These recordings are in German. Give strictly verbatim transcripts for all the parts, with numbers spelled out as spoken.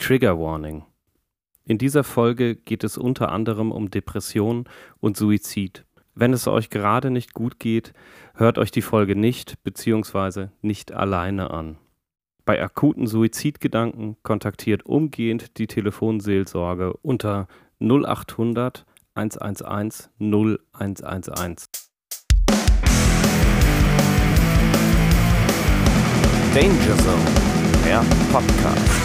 Trigger Warning. In dieser Folge geht es unter anderem um Depression und Suizid. Wenn es euch gerade nicht gut geht, hört euch die Folge nicht bzw. nicht alleine an. Bei akuten Suizidgedanken kontaktiert umgehend die Telefonseelsorge unter null acht hundert hundertundelf null eins eins eins. Danger Zone, der Podcast.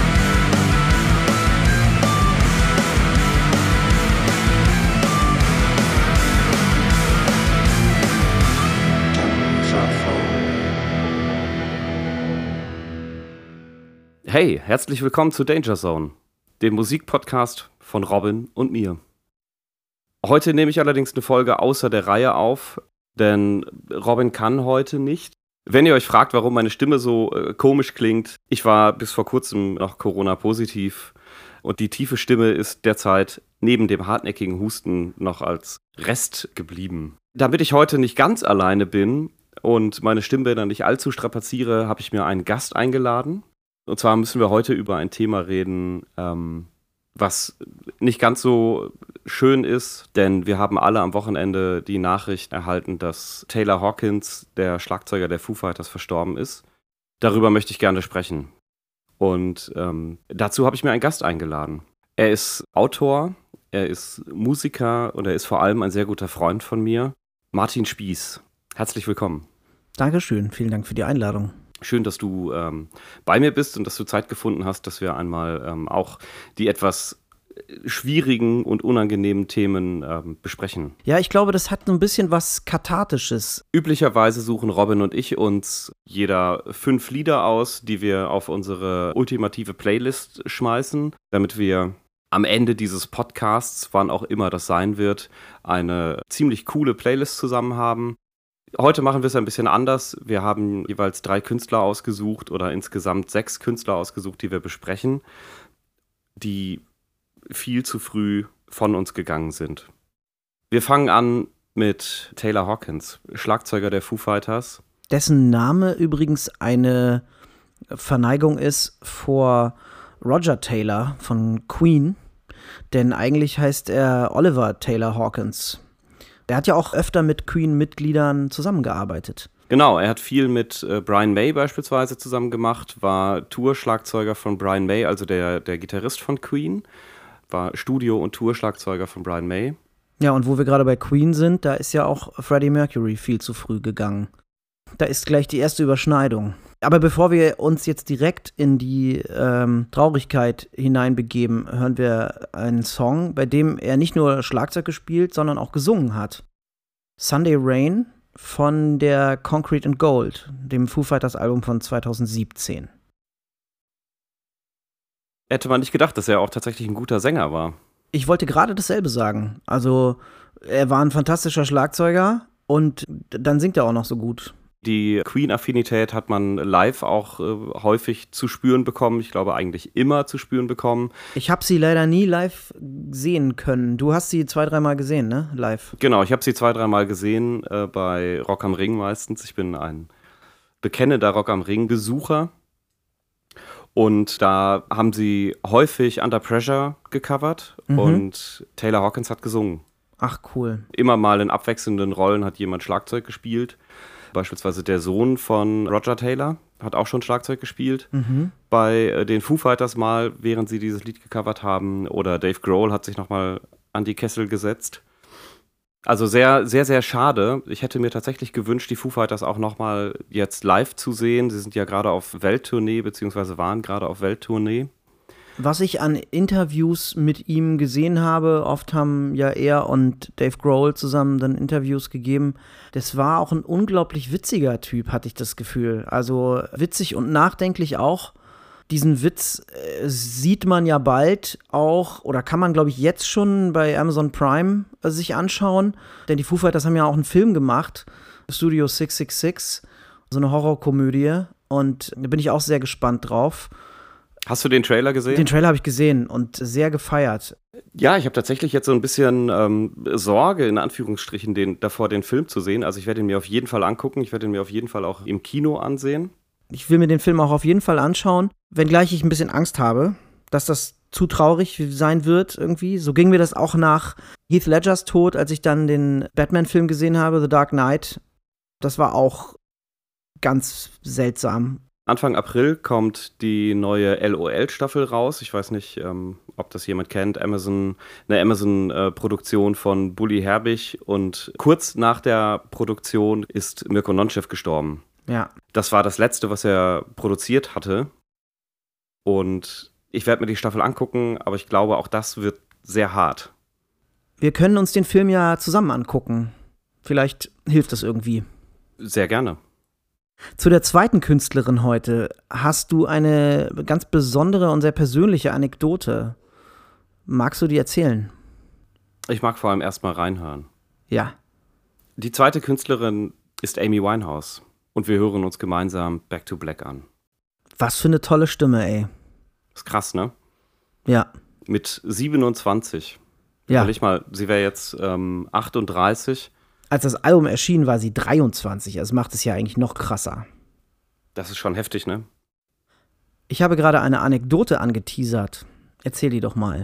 Hey, herzlich willkommen zu Danger Zone, dem Musikpodcast von Robin und mir. Heute nehme ich allerdings eine Folge außer der Reihe auf, denn Robin kann heute nicht. Wenn ihr euch fragt, warum meine Stimme so äh, komisch klingt, ich war bis vor kurzem noch Corona-positiv und die tiefe Stimme ist derzeit neben dem hartnäckigen Husten noch als Rest geblieben. Damit ich heute nicht ganz alleine bin und meine Stimmbänder nicht allzu strapaziere, habe ich mir einen Gast eingeladen. Und zwar müssen wir heute über ein Thema reden, ähm, was nicht ganz so schön ist, denn wir haben alle am Wochenende die Nachricht erhalten, dass Taylor Hawkins, der Schlagzeuger der Foo Fighters, verstorben ist. Darüber möchte ich gerne sprechen. Und ähm, dazu habe ich mir einen Gast eingeladen. Er ist Autor, er ist Musiker und er ist vor allem ein sehr guter Freund von mir, Martin Spieß. Herzlich willkommen. Dankeschön, vielen Dank für die Einladung. Schön, dass du ähm, bei mir bist und dass du Zeit gefunden hast, dass wir einmal ähm, auch die etwas schwierigen und unangenehmen Themen ähm, besprechen. Ja, ich glaube, das hat so ein bisschen was Kathartisches. Üblicherweise suchen Robin und ich uns jeder fünf Lieder aus, die wir auf unsere ultimative Playlist schmeißen, damit wir am Ende dieses Podcasts, wann auch immer das sein wird, eine ziemlich coole Playlist zusammen haben. Heute machen wir es ein bisschen anders. Wir haben jeweils drei Künstler ausgesucht oder insgesamt sechs Künstler ausgesucht, die wir besprechen, die viel zu früh von uns gegangen sind. Wir fangen an mit Taylor Hawkins, Schlagzeuger der Foo Fighters. Dessen Name übrigens eine Verneigung ist vor Roger Taylor von Queen, denn eigentlich heißt er Oliver Taylor Hawkins. Er hat ja auch öfter mit Queen-Mitgliedern zusammengearbeitet. Genau, er hat viel mit äh, Brian May beispielsweise zusammen gemacht, war Tourschlagzeuger von Brian May, also der, der Gitarrist von Queen, war Studio- und Tourschlagzeuger von Brian May. Ja, und wo wir gerade bei Queen sind, da ist ja auch Freddie Mercury viel zu früh gegangen. Da ist gleich die erste Überschneidung. Aber bevor wir uns jetzt direkt in die ähm, Traurigkeit hineinbegeben, hören wir einen Song, bei dem er nicht nur Schlagzeug gespielt, sondern auch gesungen hat. Sunday Rain von der Concrete and Gold, dem Foo Fighters Album von zweitausendsiebzehn. Hätte man nicht gedacht, dass er auch tatsächlich ein guter Sänger war. Ich wollte gerade dasselbe sagen. Also, er war ein fantastischer Schlagzeuger und dann singt er auch noch so gut. Die Queen-Affinität hat man live auch äh, häufig zu spüren bekommen. Ich glaube, eigentlich immer zu spüren bekommen. Ich habe sie leider nie live sehen können. Du hast sie zwei, dreimal gesehen, ne? Live. Genau, ich habe sie zwei, dreimal gesehen, äh, bei Rock am Ring meistens. Ich bin ein bekennender Rock am Ring-Besucher. Und da haben sie häufig Under Pressure gecovert mhm. und Taylor Hawkins hat gesungen. Ach, cool. Immer mal in abwechselnden Rollen hat jemand Schlagzeug gespielt. Beispielsweise der Sohn von Roger Taylor hat auch schon Schlagzeug gespielt. Mhm. Bei äh, den Foo Fighters mal, während sie dieses Lied gecovert haben. Oder Dave Grohl hat sich nochmal an die Kessel gesetzt. Also sehr, sehr, sehr schade. Ich hätte mir tatsächlich gewünscht, die Foo Fighters auch nochmal jetzt live zu sehen. Sie sind ja gerade auf Welttournee, beziehungsweise waren gerade auf Welttournee. Was ich an Interviews mit ihm gesehen habe, oft haben ja er und Dave Grohl zusammen dann Interviews gegeben, das war auch ein unglaublich witziger Typ, hatte ich das Gefühl. Also witzig und nachdenklich auch. Diesen Witz äh, sieht man ja bald auch, oder kann man, glaube ich, jetzt schon bei Amazon Prime äh, sich anschauen. Denn die Foo Fighters haben ja auch einen Film gemacht, Studio sechs sechs sechs, so eine Horrorkomödie. Und da bin ich auch sehr gespannt drauf. Hast du den Trailer gesehen? Den Trailer habe ich gesehen und sehr gefeiert. Ja, ich habe tatsächlich jetzt so ein bisschen ähm, Sorge, in Anführungsstrichen, den, davor, den Film zu sehen. Also ich werde ihn mir auf jeden Fall angucken. Ich werde ihn mir auf jeden Fall auch im Kino ansehen. Ich will mir den Film auch auf jeden Fall anschauen, wenngleich ich ein bisschen Angst habe. dass das zu traurig sein wird irgendwie. So ging mir das auch nach Heath Ledgers Tod, als ich dann den Batman-Film gesehen habe, The Dark Knight. Das war auch ganz seltsam. Anfang April kommt die neue L O L-Staffel raus. Ich weiß nicht, ähm, ob das jemand kennt. Amazon, eine Amazon-Produktion von Bully Herbig. Und kurz nach der Produktion ist Mirko Nonchev gestorben. Ja. Das war das Letzte, was er produziert hatte. Und ich werde mir die Staffel angucken, aber ich glaube, auch das wird sehr hart. Wir können uns den Film ja zusammen angucken. Vielleicht hilft das irgendwie. Sehr gerne. Zu der zweiten Künstlerin heute hast du eine ganz besondere und sehr persönliche Anekdote. Magst du die erzählen? Ich mag vor allem erstmal reinhören. Ja. Die zweite Künstlerin ist Amy Winehouse und wir hören uns gemeinsam Back to Black an. Was für eine tolle Stimme, ey. Ist krass, ne? Ja. Mit siebenundzwanzig. Ja. Überleg mal, sie wäre jetzt ähm, achtunddreißig. Als das Album erschien, war sie dreiundzwanzig. Das macht es ja eigentlich noch krasser. Das ist schon heftig, ne? Ich habe gerade eine Anekdote angeteasert. Erzähl die doch mal.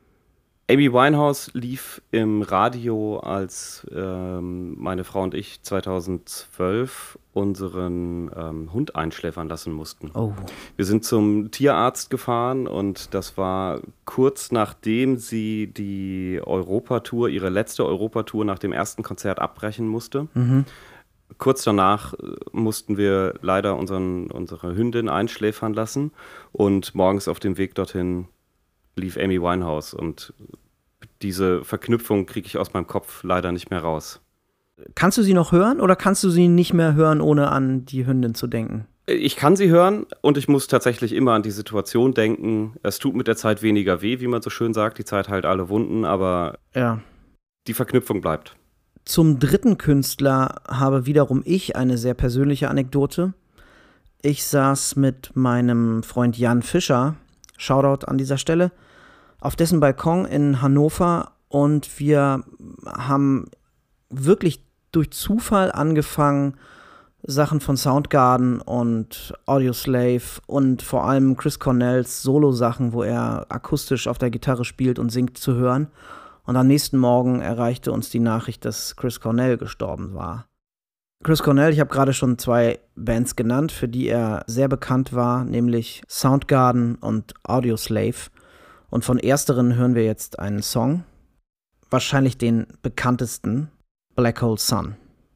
Amy Winehouse lief im Radio, als ähm, meine Frau und ich zweitausendzwölf unseren ähm, Hund einschläfern lassen mussten. Oh. Wir sind zum Tierarzt gefahren und das war kurz nachdem sie die Europatour, ihre letzte Europatour nach dem ersten Konzert abbrechen musste. Mhm. Kurz danach mussten wir leider unseren, unsere Hündin einschläfern lassen und morgens auf dem Weg dorthin lief Amy Winehouse und diese Verknüpfung kriege ich aus meinem Kopf leider nicht mehr raus. Kannst du sie noch hören oder kannst du sie nicht mehr hören, ohne an die Hündin zu denken? Ich kann sie hören und ich muss tatsächlich immer an die Situation denken. Es tut mit der Zeit weniger weh, wie man so schön sagt. Die Zeit heilt alle Wunden, aber ja. Die Verknüpfung bleibt. Zum dritten Künstler habe wiederum ich eine sehr persönliche Anekdote. Ich saß mit meinem Freund Jan Fischer, Shoutout an dieser Stelle, auf dessen Balkon in Hannover und wir haben wirklich durch Zufall angefangen, Sachen von Soundgarden und Audioslave und vor allem Chris Cornells Solo-Sachen, wo er akustisch auf der Gitarre spielt und singt, zu hören. Und am nächsten Morgen erreichte uns die Nachricht, dass Chris Cornell gestorben war. Chris Cornell, ich habe gerade schon zwei Bands genannt, für die er sehr bekannt war, nämlich Soundgarden und Audioslave. Und von ersteren hören wir jetzt einen Song, wahrscheinlich den bekanntesten, Black Hole Sun.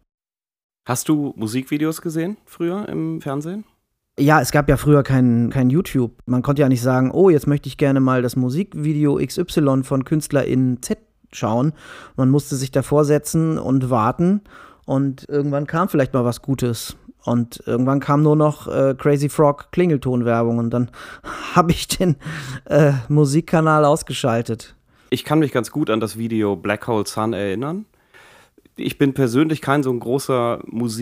Hast du Musikvideos gesehen früher im Fernsehen? Ja, es gab ja früher kein, kein YouTube. Man konnte ja nicht sagen, oh, jetzt möchte ich gerne mal das Musikvideo X Y von KünstlerInnen Z schauen. Man musste sich davor setzen und warten und irgendwann kam vielleicht mal was Gutes. Und irgendwann kam nur noch äh, Crazy Frog Klingeltonwerbung und dann habe ich den äh, Musikkanal ausgeschaltet. Ich kann mich ganz gut an das Video Black Hole Sun erinnern. Ich bin persönlich kein so ein großer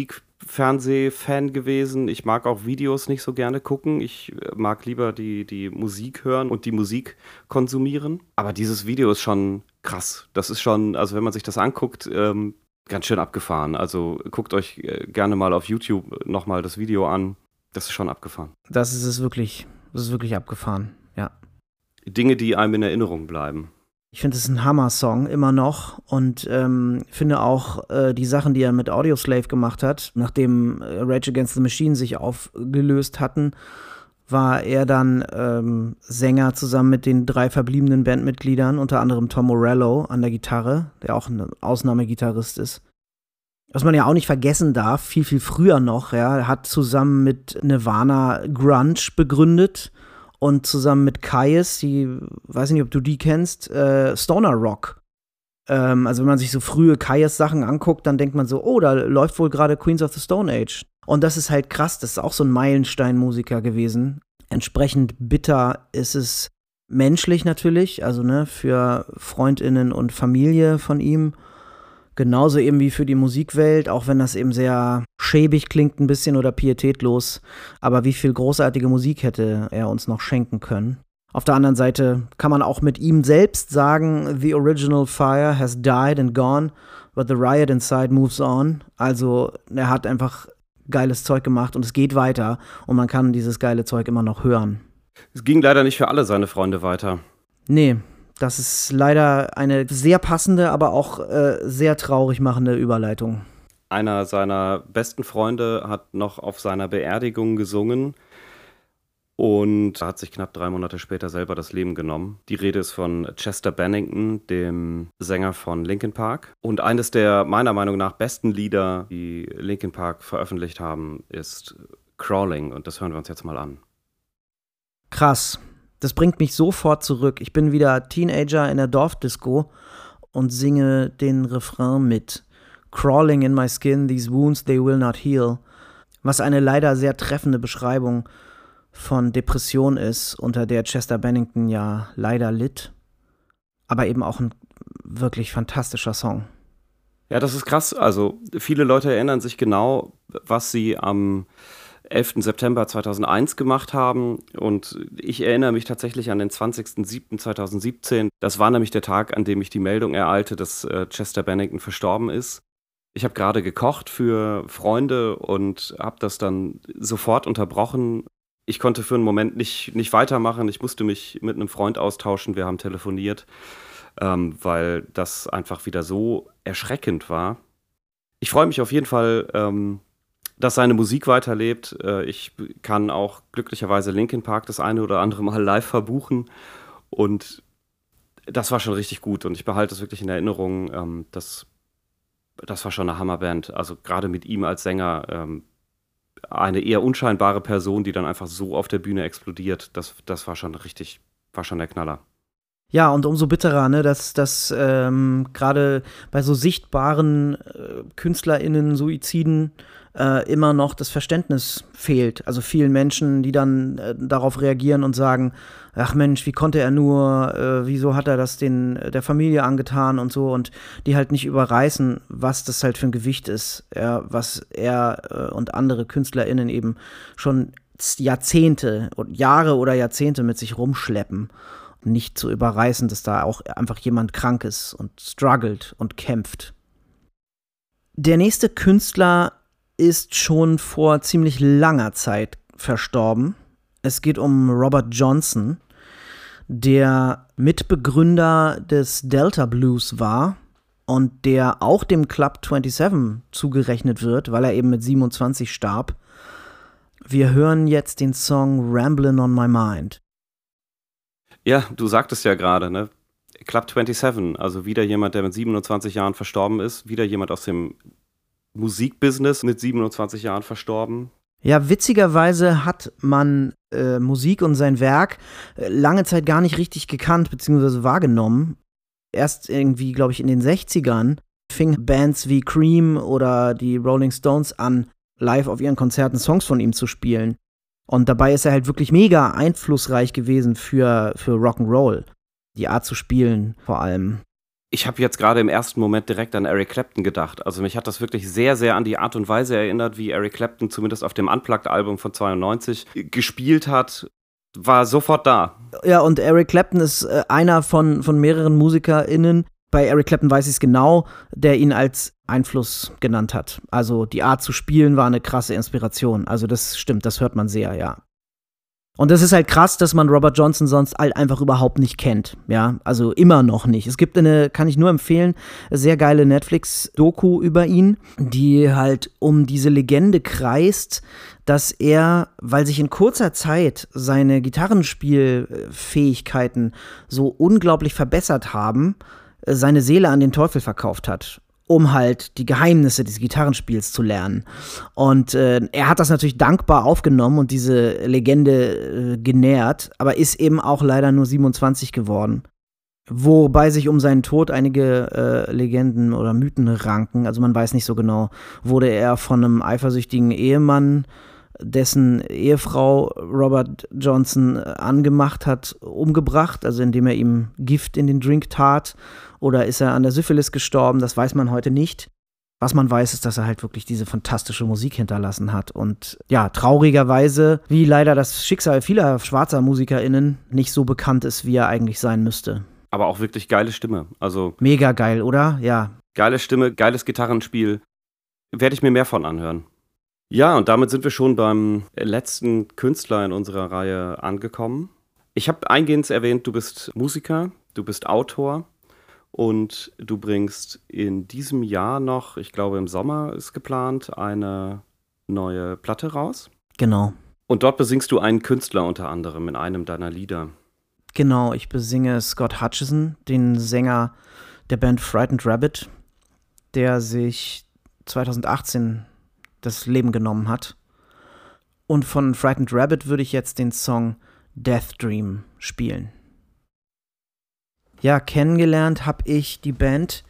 Musikfernseh-Fan gewesen. Ich mag auch Videos nicht so gerne gucken. Ich mag lieber die, die Musik hören und die Musik konsumieren. Aber dieses Video ist schon krass. Das ist schon, also wenn man sich das anguckt, ähm, ganz schön abgefahren. Also guckt euch äh, gerne mal auf YouTube nochmal das Video an. Das ist schon abgefahren. Das ist es wirklich. Das ist wirklich abgefahren, ja. Dinge, die einem in Erinnerung bleiben. Ich finde, es ist ein Hammer-Song, immer noch. Und ähm, finde auch äh, die Sachen, die er mit Audioslave gemacht hat, nachdem äh, Rage Against the Machine sich aufgelöst hatten, war er dann ähm, Sänger zusammen mit den drei verbliebenen Bandmitgliedern, unter anderem Tom Morello an der Gitarre, der auch ein Ausnahmegitarrist ist. Was man ja auch nicht vergessen darf, viel, viel früher noch, ja, er hat zusammen mit Nirvana Grunge begründet und zusammen mit Kyuss, die, weiß nicht, ob du die kennst, äh, Stoner Rock. Ähm, also wenn man sich so frühe Kyuss-Sachen anguckt, dann denkt man so, oh, da läuft wohl gerade Queens of the Stone Age. Und das ist halt krass, das ist auch so ein Meilenstein-Musiker gewesen. Entsprechend bitter ist es menschlich natürlich, also ne, für FreundInnen und Familie von ihm. Genauso eben wie für die Musikwelt, auch wenn das eben sehr schäbig klingt ein bisschen oder pietätlos. Aber wie viel großartige Musik hätte er uns noch schenken können. Auf der anderen Seite kann man auch mit ihm selbst sagen, the original fire has died and gone, but the riot inside moves on. Also er hat einfach geiles Zeug gemacht und es geht weiter und man kann dieses geile Zeug immer noch hören. Es ging leider nicht für alle seine Freunde weiter. Nee, das ist leider eine sehr passende, aber auch äh, sehr traurig machende Überleitung. Einer seiner besten Freunde hat noch auf seiner Beerdigung gesungen und hat sich knapp drei Monate später selber das Leben genommen. Die Rede ist von Chester Bennington, dem Sänger von Linkin Park. Und eines der meiner Meinung nach besten Lieder, die Linkin Park veröffentlicht haben, ist Crawling. Und das hören wir uns jetzt mal an. Krass. Das bringt mich sofort zurück. Ich bin wieder Teenager in der Dorfdisco und singe den Refrain mit. Crawling in my skin, these wounds they will not heal. Was eine leider sehr treffende Beschreibung von Depression ist, unter der Chester Bennington ja leider litt. Aber eben auch ein wirklich fantastischer Song. Ja, das ist krass. Also viele Leute erinnern sich genau, was sie am elften September zweitausendeins gemacht haben. Und ich erinnere mich tatsächlich an den zwanzigsten siebten zweitausendsiebzehn. Das war nämlich der Tag, an dem ich die Meldung ereilte, dass äh, Chester Bennington verstorben ist. Ich habe gerade gekocht für Freunde und habe das dann sofort unterbrochen. Ich konnte für einen Moment nicht, nicht weitermachen. Ich musste mich mit einem Freund austauschen. Wir haben telefoniert, ähm, weil das einfach wieder so erschreckend war. Ich freue mich auf jeden Fall, ähm, dass seine Musik weiterlebt. Äh, ich kann auch glücklicherweise Linkin Park das eine oder andere Mal live verbuchen. Und das war schon richtig gut. Und ich behalte es wirklich in Erinnerung. Ähm, das, das war schon eine Hammerband. Also gerade mit ihm als Sänger. Ähm, eine eher unscheinbare Person, die dann einfach so auf der Bühne explodiert, das, das war schon richtig, war schon der Knaller. Ja, und umso bitterer, ne, dass, dass ähm, gerade bei so sichtbaren äh, KünstlerInnen, Suiziden äh, immer noch das Verständnis fehlt. Also vielen Menschen, die dann äh, darauf reagieren und sagen, ach Mensch, wie konnte er nur, äh, wieso hat er das den, der Familie angetan und so, und die halt nicht überreißen, was das halt für ein Gewicht ist, ja, was er äh, und andere KünstlerInnen eben schon Jahrzehnte und Jahre oder Jahrzehnte mit sich rumschleppen. Nicht zu überreißen, dass da auch einfach jemand krank ist und struggelt und kämpft. Der nächste Künstler ist schon vor ziemlich langer Zeit verstorben. Es geht um Robert Johnson, der Mitbegründer des Delta Blues war und der auch dem Club siebenundzwanzig zugerechnet wird, weil er eben mit siebenundzwanzig starb. Wir hören jetzt den Song Ramblin' on My Mind. Ja, du sagtest ja gerade, ne? Club siebenundzwanzig, also wieder jemand, der mit siebenundzwanzig Jahren verstorben ist, wieder jemand aus dem Musikbusiness mit siebenundzwanzig Jahren verstorben. Ja, witzigerweise hat man äh, Musik und sein Werk äh, lange Zeit gar nicht richtig gekannt bzw. wahrgenommen. Erst irgendwie, glaube ich, in den sechzigern fingen Bands wie Cream oder die Rolling Stones an, live auf ihren Konzerten Songs von ihm zu spielen. Und dabei ist er halt wirklich mega einflussreich gewesen für, für Rock'n'Roll. Die Art zu spielen vor allem. Ich habe jetzt gerade im ersten Moment direkt an Eric Clapton gedacht. Also mich hat das wirklich sehr, sehr an die Art und Weise erinnert, wie Eric Clapton zumindest auf dem Unplugged-Album von zweiundneunzig gespielt hat. War sofort da. Ja, und Eric Clapton ist äh, einer von, von mehreren MusikerInnen. Bei Eric Clapton weiß ich es genau, der ihn als Einfluss genannt hat. Also die Art zu spielen war eine krasse Inspiration. Also das stimmt, das hört man sehr, ja. Und das ist halt krass, dass man Robert Johnson sonst halt einfach überhaupt nicht kennt, ja, also immer noch nicht. Es gibt eine, kann ich nur empfehlen, sehr geile Netflix-Doku über ihn, die halt um diese Legende kreist, dass er, weil sich in kurzer Zeit seine Gitarrenspielfähigkeiten so unglaublich verbessert haben, seine Seele an den Teufel verkauft hat, um halt die Geheimnisse des Gitarrenspiels zu lernen. Und äh, er hat das natürlich dankbar aufgenommen und diese Legende äh, genährt, aber ist eben auch leider nur siebenundzwanzig geworden. Wobei sich um seinen Tod einige äh, Legenden oder Mythen ranken. Also man weiß nicht so genau, wurde er von einem eifersüchtigen Ehemann, dessen Ehefrau Robert Johnson angemacht hat, umgebracht, also indem er ihm Gift in den Drink tat, oder ist er an der Syphilis gestorben, das weiß man heute nicht. Was man weiß, ist, dass er halt wirklich diese fantastische Musik hinterlassen hat und ja, traurigerweise, wie leider das Schicksal vieler schwarzer MusikerInnen, nicht so bekannt ist, wie er eigentlich sein müsste. Aber auch wirklich geile Stimme, also mega geil, oder? Ja. Geile Stimme, geiles Gitarrenspiel, werde ich mir mehr von anhören. Ja, und damit sind wir schon beim letzten Künstler in unserer Reihe angekommen. Ich habe eingehend erwähnt, du bist Musiker, du bist Autor und du bringst in diesem Jahr noch, ich glaube im Sommer ist geplant, eine neue Platte raus. Genau. Und dort besingst du einen Künstler unter anderem in einem deiner Lieder. Genau, ich besinge Scott Hutchison, den Sänger der Band Frightened Rabbit, der sich zwanzig achtzehn das Leben genommen hat. Und von Frightened Rabbit würde ich jetzt den Song Death Dream spielen. Ja, kennengelernt habe ich die Band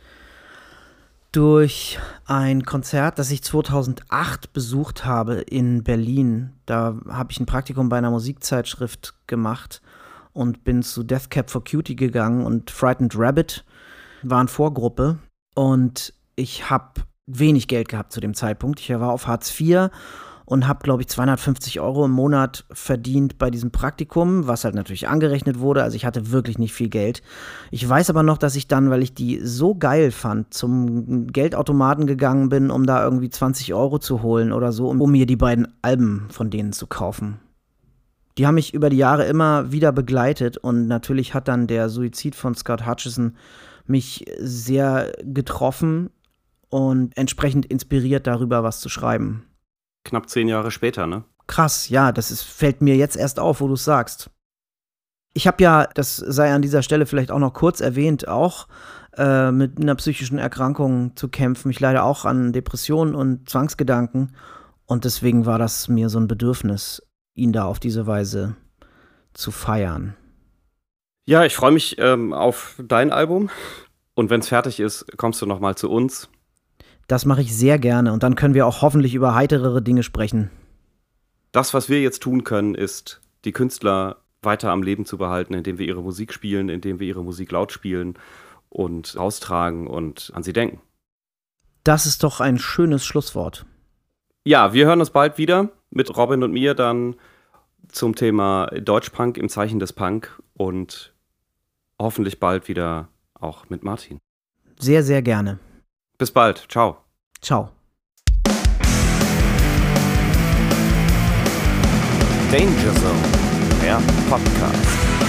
durch ein Konzert, das ich zweitausendacht besucht habe in Berlin. Da habe ich ein Praktikum bei einer Musikzeitschrift gemacht und bin zu Death Cab for Cutie gegangen und Frightened Rabbit waren Vorgruppe und ich habe wenig Geld gehabt zu dem Zeitpunkt. Ich war auf Hartz vier und habe, glaube ich, zweihundertfünfzig Euro im Monat verdient bei diesem Praktikum, was halt natürlich angerechnet wurde. Also ich hatte wirklich nicht viel Geld. Ich weiß aber noch, dass ich dann, weil ich die so geil fand, zum Geldautomaten gegangen bin, um da irgendwie zwanzig Euro zu holen oder so, um mir die beiden Alben von denen zu kaufen. Die haben mich über die Jahre immer wieder begleitet und natürlich hat dann der Suizid von Scott Hutchison mich sehr getroffen und entsprechend inspiriert, darüber was zu schreiben. Knapp zehn Jahre später, ne? Krass, ja, das ist, fällt mir jetzt erst auf, wo du es sagst. Ich habe ja, das sei an dieser Stelle vielleicht auch noch kurz erwähnt, auch äh, mit einer psychischen Erkrankung zu kämpfen. Ich leide auch an Depressionen und Zwangsgedanken und deswegen war das mir so ein Bedürfnis, ihn da auf diese Weise zu feiern. Ja, ich freue mich ähm, auf dein Album und wenn es fertig ist, kommst du noch mal zu uns. Das mache ich sehr gerne und dann können wir auch hoffentlich über heiterere Dinge sprechen. Das, was wir jetzt tun können, ist, die Künstler weiter am Leben zu behalten, indem wir ihre Musik spielen, indem wir ihre Musik laut spielen und austragen und an sie denken. Das ist doch ein schönes Schlusswort. Ja, wir hören uns bald wieder mit Robin und mir dann zum Thema Deutschpunk im Zeichen des Punk und hoffentlich bald wieder auch mit Martin. Sehr, sehr gerne. Bis bald. Ciao. Ciao. Danger Zone, der Podcast.